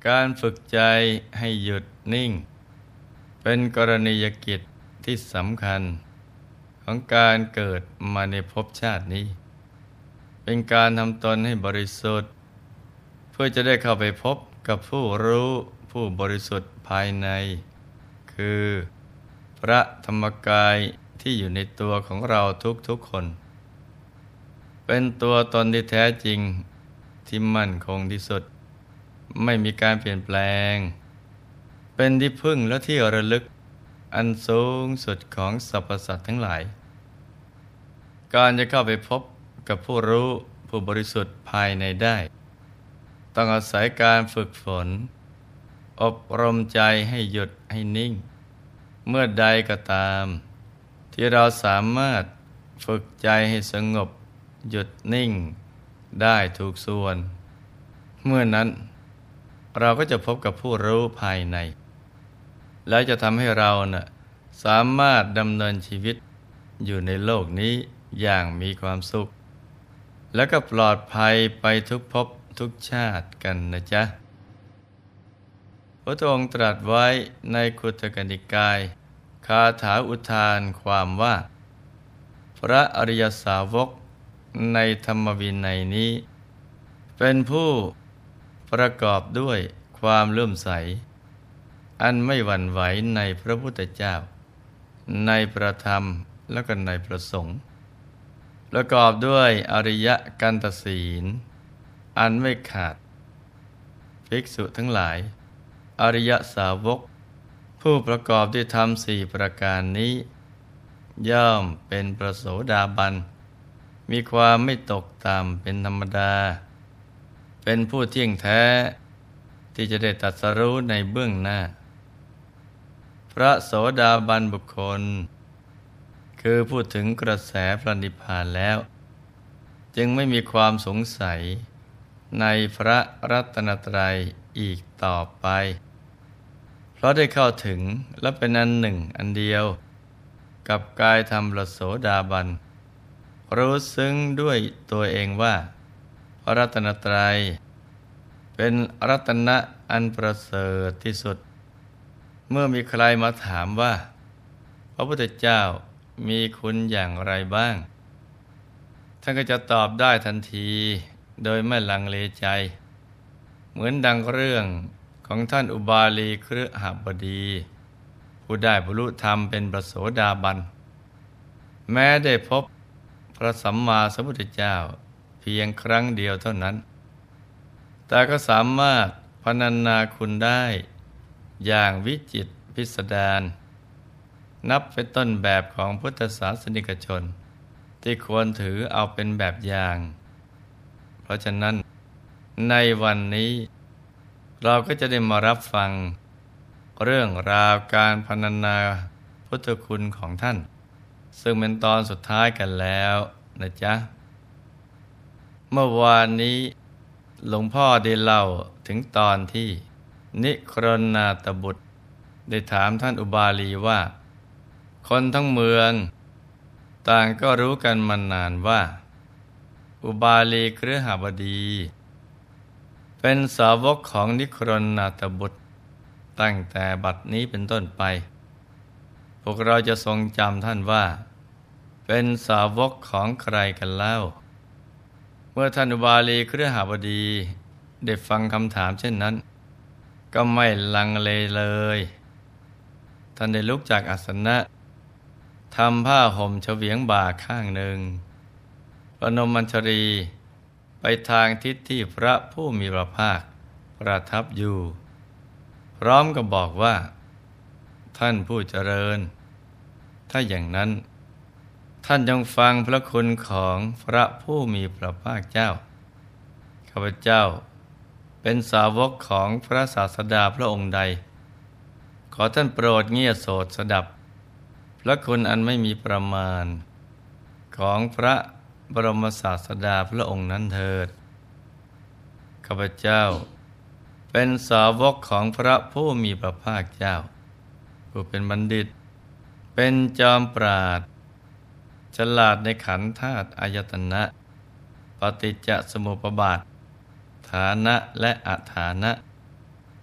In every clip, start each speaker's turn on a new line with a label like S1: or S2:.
S1: การฝึกใจให้หยุดนิ่งเป็นกรณียกิจที่สำคัญของการเกิดมาในภพชาตินี้เป็นการทำตนให้บริสุทธิ์เพื่อจะได้เข้าไปพบกับผู้รู้ผู้บริสุทธิ์ภายในคือพระธรรมกายที่อยู่ในตัวของเราทุกๆคนเป็นตัวตนที่แท้จริงที่มั่นคงที่สุดไม่มีการเปลี่ยนแปลงเป็นที่พึ่งและที่ระลึกอันสูงสุดของสรรพสัตว์ทั้งหลายการจะเข้าไปพบกับผู้รู้ผู้บริสุทธิ์ภายในได้ต้องอาศัยการฝึกฝนอบรมใจให้หยุดให้นิ่งเมื่อใดก็ตามที่เราสามารถฝึกใจให้สงบหยุดนิ่งได้ถูกส่วนเมื่อนั้นเราก็จะพบกับผู้รู้ภายในและจะทำให้เราสามารถดำเนินชีวิตอยู่ในโลกนี้อย่างมีความสุขและก็ปลอดภัยไปทุกภพทุกชาติกันนะจ๊ะพระองค์ตรัสไว้ในคุตกนิกายคาถาอุทานความว่าพระอริยสาวกในธรรมวินัยนี้เป็นผู้ประกอบด้วยความเลื่อมใสอันไม่หวั่นไหวในพระพุทธเจ้าในพระธรรมและก็ในพระสงฆ์ประกอบด้วยอริยกันตศีลอันไม่ขาดภิกษุทั้งหลายอริยสาวกผู้ประกอบด้วยธรรมสี่ประการนี้ย่อมเป็นพระโสดาบันมีความไม่ตกต่ำเป็นธรรมดาเป็นผู้เที่ยงแท้ที่จะได้ตรัสรู้ในเบื้องหน้าพระโสดาบันบุคคลคือพูดถึงกระแสพระนิพพานแล้วจึงไม่มีความสงสัยในพระรัตนตรัยอีกต่อไปเพราะได้เข้าถึงและเป็นอันหนึ่งอันเดียวกับกายธรรมพระโสดาบันรู้ซึ้งด้วยตัวเองว่าพระรัตนตรัยเป็นรัตนะอันประเสริฐที่สุดเมื่อมีใครมาถามว่าพระพุทธเจ้ามีคุณอย่างไรบ้างท่านก็จะตอบได้ทันทีโดยไม่ลังเลใจเหมือนดังเรื่องของท่านอุบาลีคฤหบดีผู้ได้บรรลุธรรมเป็นพระโสดาบันแม้ได้พบพระสัมมาสัมพุทธเจ้าเพียงครั้งเดียวเท่านั้นแต่ก็สามารถพรรณนาคุณได้อย่างวิจิตรพิสดารนับเป็นต้นแบบของพุทธศาสนิกชนที่ควรถือเอาเป็นแบบอย่างเพราะฉะนั้นในวันนี้เราก็จะได้มารับฟังเรื่องราวการพรรณนาพุทธคุณของท่านซึ่งเป็นตอนสุดท้ายกันแล้วนะจ๊ะเมื่อวานนี้หลวงพ่อได้เล่าถึงตอนที่นิครณาตบุตรได้ถามท่านอุบาลีว่าคนทั้งเมืองต่างก็รู้กันมานานว่าอุบาลีคฤหบดีเป็นสาวกของนิครณาตบุตรตั้งแต่บัดนี้เป็นต้นไปพวกเราจะทรงจำท่านว่าเป็นสาวกของใครกันเล่าเมื่อท่านอุบาลีคฤหบดีได้ฟังคำถามเช่นนั้นก็ไม่ลังเลเลยท่านได้ลุกจากอาสนะทำผ้าห่มเฉวียงบ่าข้างหนึ่งประนมมัญชรีไปทางทิศที่พระผู้มีพระภาคประทับอยู่พร้อมกับบอกว่าท่านผู้เจริญถ้าอย่างนั้นท่านจงฟังพระคุณของพระผู้มีพระภาคเจ้าข้าพเจ้าเป็นสาวกของพระศาสดาพระองค์ใดขอท่านโปรดเงี่ยโสดสดับพระคุณอันไม่มีประมาณของพระบรมศาสดาพระองค์นั้นเถิดข้าพเจ้าเป็นสาวกของพระผู้มีพระภาคเจ้าผู้เป็นบัณฑิตเป็นจอมปราชญ์ฉลาดในขันธ์ธาตุอายตนะปฏิจจสมุปบาทฐานะและอฐานะ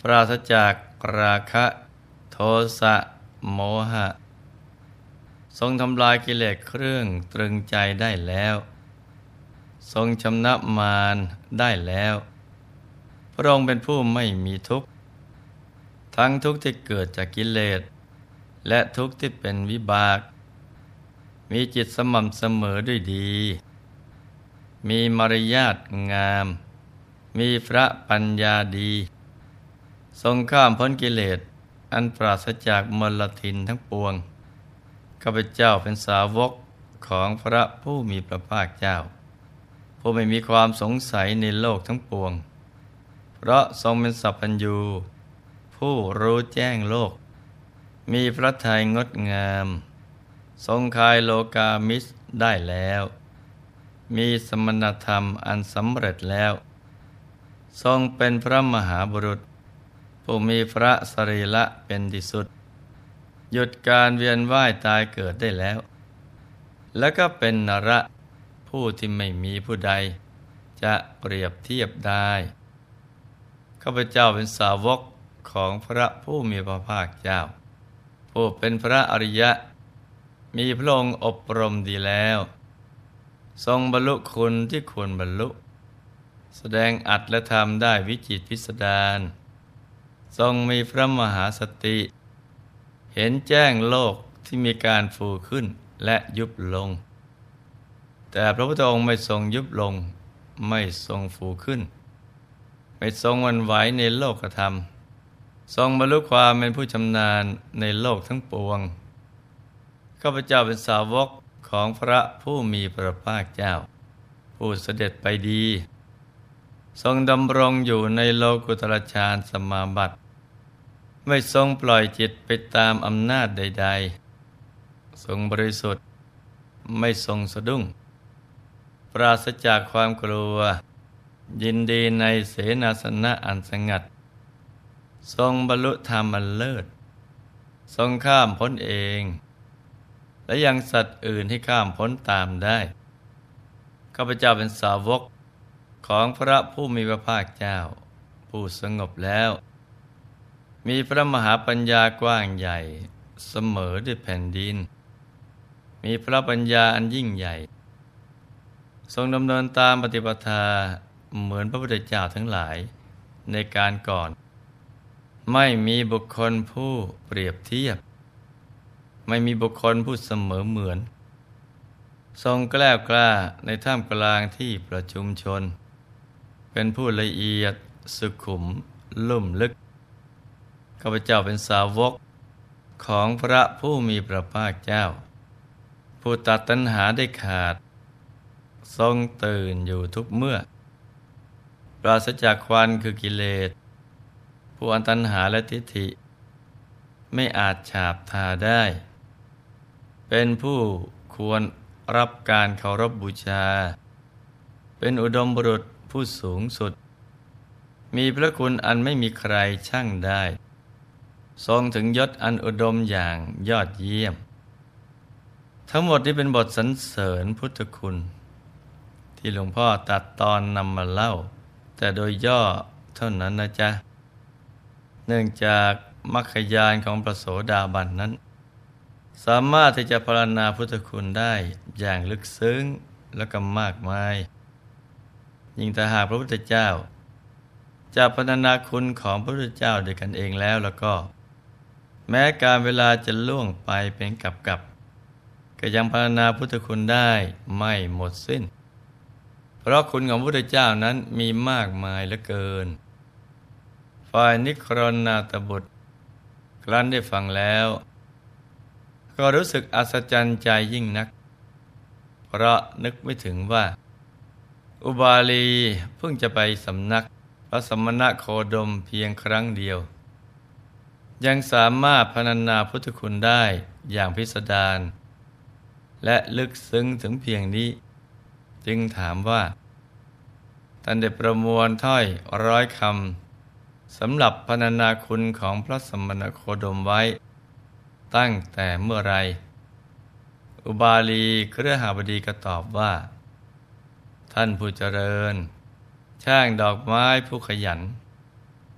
S1: ปราศจากราคะโทสะโมหะทรงทำลายกิเลสเครื่องตรึงใจได้แล้วทรงชำนะมารได้แล้วพระองค์เป็นผู้ไม่มีทุกข์ทั้งทุกข์ที่เกิดจากกิเลสและทุกข์ที่เป็นวิบากมีจิตสม่ำเสมอด้วยดีมีมารยาทงามมีพระปัญญาดีทรงข้ามพ้นกิเลสอันปราศจากมลทินทั้งปวงข้าพเจ้าเป็นสาวกของพระผู้มีพระภาคเจ้าผู้ไม่มีความสงสัยในโลกทั้งปวงเพราะทรงเป็นสัพพัญญูผู้รู้แจ้งโลกมีพระทัยงดงามทรงคายโลกามิสได้แล้วมีสมณธรรมอันสำเร็จแล้วทรงเป็นพระมหาบุรุษผู้มีพระสรีระเป็นที่สุดหยุดการเวียนว่ายตายเกิดได้แล้วและก็เป็นนระผู้ที่ไม่มีผู้ใดจะเปรียบเทียบได้ข้าพเจ้าเป็นสาวกของพระผู้มีพระภาคเจ้าผู้เป็นพระอริยะมีพระองค์อบรมดีแล้วทรงบรรลุคุณที่ควรบรรลุแสดงอัตและธรรมได้วิจิตรพิสดารทรงมีพระมหาสติเห็นแจ้งโลกที่มีการฟูขึ้นและยุบลงแต่พระพุทธองค์ไม่ทรงยุบลงไม่ทรงฟูขึ้นไม่ทรงหวั่นไหวในโลกธรรมทรงบรรลุความเป็นผู้ชำนาญในโลกทั้งปวงข้าพเจ้าเป็นสาวกของพระผู้มีพระภาคเจ้าผู้เสด็จไปดีทรงดำรงอยู่ในโลกุตรฌานสมาบัติไม่ทรงปล่อยจิตไปตามอำนาจใดๆทรงบริสุทธิ์ไม่ทรงสะดุ้งปราศจากความกลัวยินดีในเสนาสนะอันสงัดทรงบรรลุธรรมอันเลิศทรงข้ามพ้นเองและยังสัตว์อื่นให้ข้ามพ้นตามได้ข้าพเจ้าเป็นสาวกของพระผู้มีพระภาคเจ้าผู้สงบแล้วมีพระมหาปัญญากว้างใหญ่เสมอด้วยแผ่นดินมีพระปัญญาอันยิ่งใหญ่ทรงดำเนินตามปฏิปทาเหมือนพระพุทธเจ้าทั้งหลายในการก่อนไม่มีบุคคลผู้เปรียบเทียบไม่มีบุคคลผู้เสมอเหมือนทรงแกล้วกล้าในท่ามกลางที่ประชุมชนเป็นผู้ละเอียดสุขุมลุ่มลึกข้าพเจ้าเป็นสาวกของพระผู้มีพระภาคเจ้าผู้ตัดตัณหาได้ขาดทรงตื่นอยู่ทุกเมื่อปราศจากควันคือกิเลสผู้อันตัณหาและทิฏฐิไม่อาจฉาบทาได้เป็นผู้ควรรับการเคารพบูชาเป็นอุดมบุรุษผู้สูงสุดมีพระคุณอันไม่มีใครชั่งได้ทรงถึงยศอันอุดมอย่างยอดเยี่ยมทั้งหมดนี้เป็นบทสรรเสริญพุทธคุณที่หลวงพ่อตัดตอนนำมาเล่าแต่โดยย่อเท่านั้นนะจ๊ะเนื่องจากมรรคญาณของพระโสดาบันนั้นสามารถที่จะพรรณนาพุทธคุณได้อย่างลึกซึ้งและก็มากมายยิ่งถ้าหากพระพุทธเจ้าจะพรรณนาคุณของพระพุทธเจ้าด้วยกันเองแล้วก็แม้การเวลาจะล่วงไปเป็นกับก็ยังพรรณนาพุทธคุณได้ไม่หมดสิ้นเพราะคุณของพระพุทธเจ้านั้นมีมากมายเหลือเกินฝ่ายนิครณนาถบุตรครั้นได้ฟังแล้วก็รู้สึกอัศจรรย์ใจยิ่งนักเพราะนึกไม่ถึงว่าอุบาลีเพิ่งจะไปสำนักพระสมณโคดมเพียงครั้งเดียวยังสามารถพรรณนาพุทธคุณได้อย่างพิสดารและลึกซึ้งถึงเพียงนี้จึงถามว่าท่านได้ประมวลถ้อย100 คำสำหรับพรรณนาคุณของพระสมณโคดมไว้ตั้งแต่เมื่อไรอุบาลีเครือหบดีก็ตอบว่าท่านผู้เจริญช่างดอกไม้ผู้ขยัน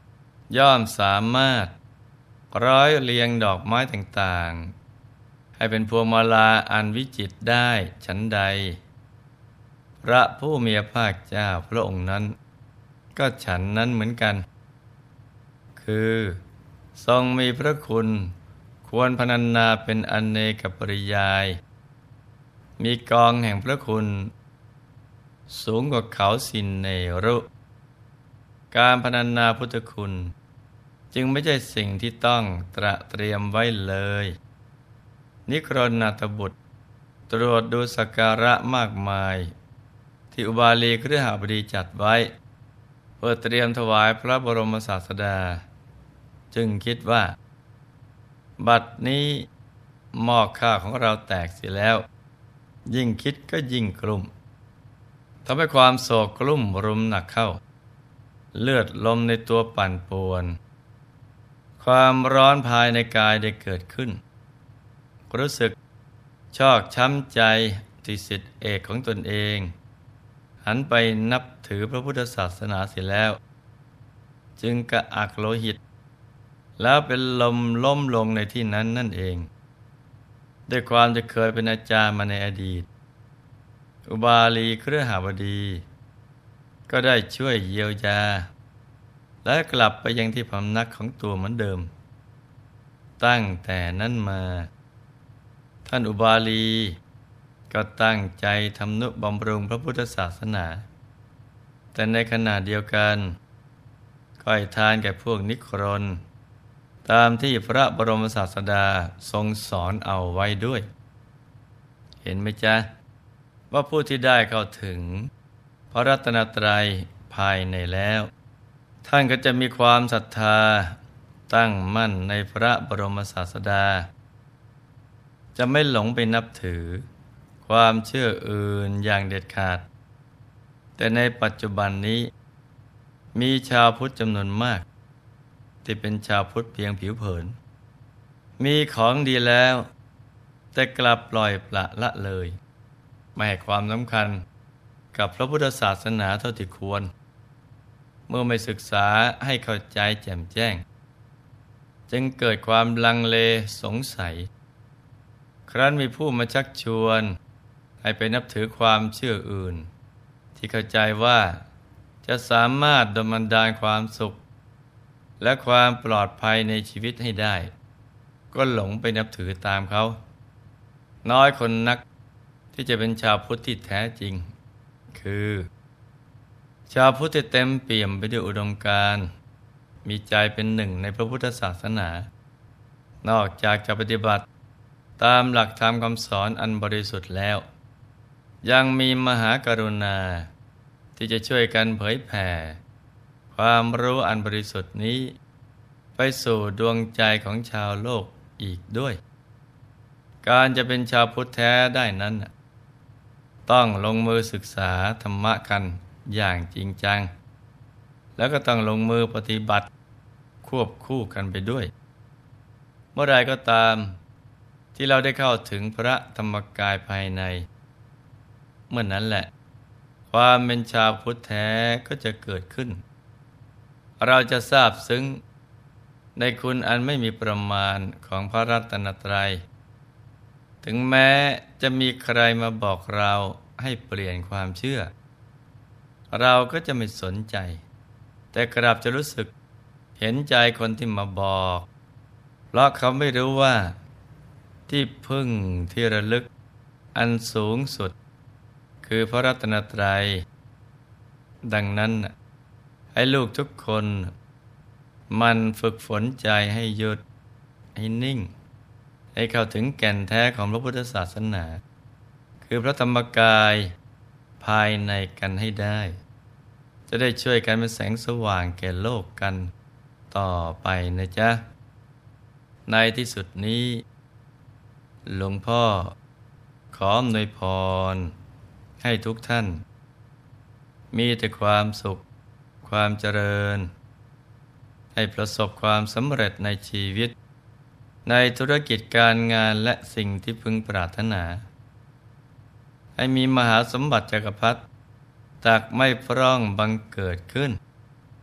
S1: ย่อมสามารถร้อยเรียงดอกไม้ต่างๆให้เป็นพวงมาลาอันวิจิตรได้ฉันใดพระผู้มีพระภาคเจ้าพระองค์นั้นก็ฉันนั้นเหมือนกันคือทรงมีพระคุณควรพรรณนาเป็นอเนกปริยายมีกองแห่งพระคุณสูงกว่าเขาสินเนรุการพรรณนาพุทธคุณจึงไม่ใช่สิ่งที่ต้องตระเตรียมไว้เลยนิครณัตบุตรตรวจดูสักการะมากมายที่อุบาลีคฤหบดีจัดไว้เพื่อเตรียมถวายพระบรมศาสดาจึงคิดว่าบัดนี้หม้อข้าวของเราแตกเสียแล้วยิ่งคิดก็ยิ่งกลุ้มทำให้ความโศกกลุ้มรุมหนักเข้าเลือดลมในตัวปั่นป่วนความร้อนภายในกายได้เกิดขึ้นรู้สึกชอกช้ำใจที่ศิษย์เอกของตนเองหันไปนับถือพระพุทธศาสนาเสียแล้วจึงกระอักโลหิตแล้วเป็นลมล้มลงในที่นั้นนั่นเองด้วยความจะเคยเป็นอาจารย์มาในอดีตอุบาลีคฤหบดีก็ได้ช่วยเยียวยาและกลับไปยังที่พำนักของตัวเหมือนเดิมตั้งแต่นั้นมาท่านอุบาลีก็ตั้งใจทำนุบำรุงพระพุทธศาสนาแต่ในขณะเดียวกันก็ให้ทานแก่พวกนิครนตามที่พระบรมศาสดาทรงสอนเอาไว้ด้วยเห็นไหมจ๊ะว่าผู้ที่ได้เข้าถึงพระรัตนตรัยภายในแล้วท่านก็จะมีความศรัทธาตั้งมั่นในพระบรมศาสดาจะไม่หลงไปนับถือความเชื่ออื่นอย่างเด็ดขาดแต่ในปัจจุบันนี้มีชาวพุทธจำนวนมากที่เป็นชาวพุทธเพียงผิวเผินมีของดีแล้วแต่กลับปล่อยปละละเลยไม่ให้ความสำคัญกับพระพุทธศาสนาเท่าที่ควรเมื่อไม่ศึกษาให้เข้าใจแจ่มแจ้งจึงเกิดความลังเลสงสัยครั้นมีผู้มาชักชวนให้ไปนับถือความเชื่ออื่นที่เข้าใจว่าจะสามารถดลบันดาลความสุขและความปลอดภัยในชีวิตให้ได้ก็หลงไปนับถือตามเขาน้อยคนนักที่จะเป็นชาวพุทธที่แท้จริงคือชาวพุทธที่เต็มเปี่ยมไปด้วยอุดมการณ์มีใจเป็นหนึ่งในพระพุทธศาสนานอกจากจะปฏิบัติตามหลักธรรมคำสอนอันบริสุทธิ์แล้วยังมีมหากรุณาที่จะช่วยกันเผยแผ่ความรู้อันบริสุทธิ์นี้ไปสู่ดวงใจของชาวโลกอีกด้วยการจะเป็นชาวพุทธแท้ได้นั้นต้องลงมือศึกษาธรรมะกันอย่างจริงจังแล้วก็ต้องลงมือปฏิบัติควบคู่กันไปด้วยเมื่อใดก็ตามที่เราได้เข้าถึงพระธรรมกายภายในเมื่อนั้นแหละความเป็นชาวพุทธแท้ก็จะเกิดขึ้นเราจะทราบซึ้งในคุณอันไม่มีประมาณของพระรัตนตรัยถึงแม้จะมีใครมาบอกเราให้เปลี่ยนความเชื่อเราก็จะไม่สนใจแต่กลับจะรู้สึกเห็นใจคนที่มาบอกเพราะเขาไม่รู้ว่าที่พึ่งที่ระลึกอันสูงสุดคือพระรัตนตรัยดังนั้นให้ลูกทุกคนมันฝึกฝนใจให้หยุดให้นิ่งให้เข้าถึงแก่นแท้ของพระพุทธศาสนาคือพระธรรมกายภายในกันให้ได้จะได้ช่วยกันเป็นแสงสว่างแก่โลกกันต่อไปนะจ๊ะในที่สุดนี้หลวงพ่อขออำนวยพรให้ทุกท่านมีแต่ความสุขความเจริญให้ประสบความสำเร็จในชีวิตในธุรกิจการงานและสิ่งที่พึงปรารถนาให้มีมหาสมบัติจักรพรรดิตักไม่พร่องบังเกิดขึ้น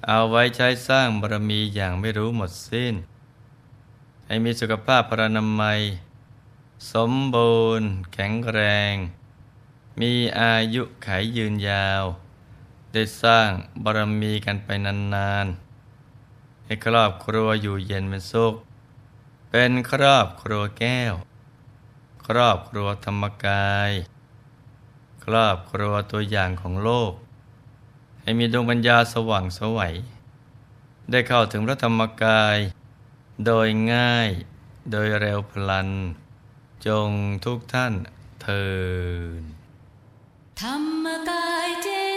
S1: เอาไว้ใช้สร้างบารมีอย่างไม่รู้หมดสิ้นให้มีสุขภาพพรรณนามัยสมบูรณ์แข็งแรงมีอายุขัยยืนยาวได้สร้างบารมีกันไปนานๆให้ครอบครัวอยู่เย็นเป็นสุขเป็นครอบครัวแก้วครอบครัวธรรมกายครอบครัวตัวอย่างของโลกให้มีดวงปัญญาสว่างไสวได้เข้าถึงพระธรรมกายโดยง่ายโดยเร็วพลันจงทุกท่านเทอญ
S2: ธรรมกายเจ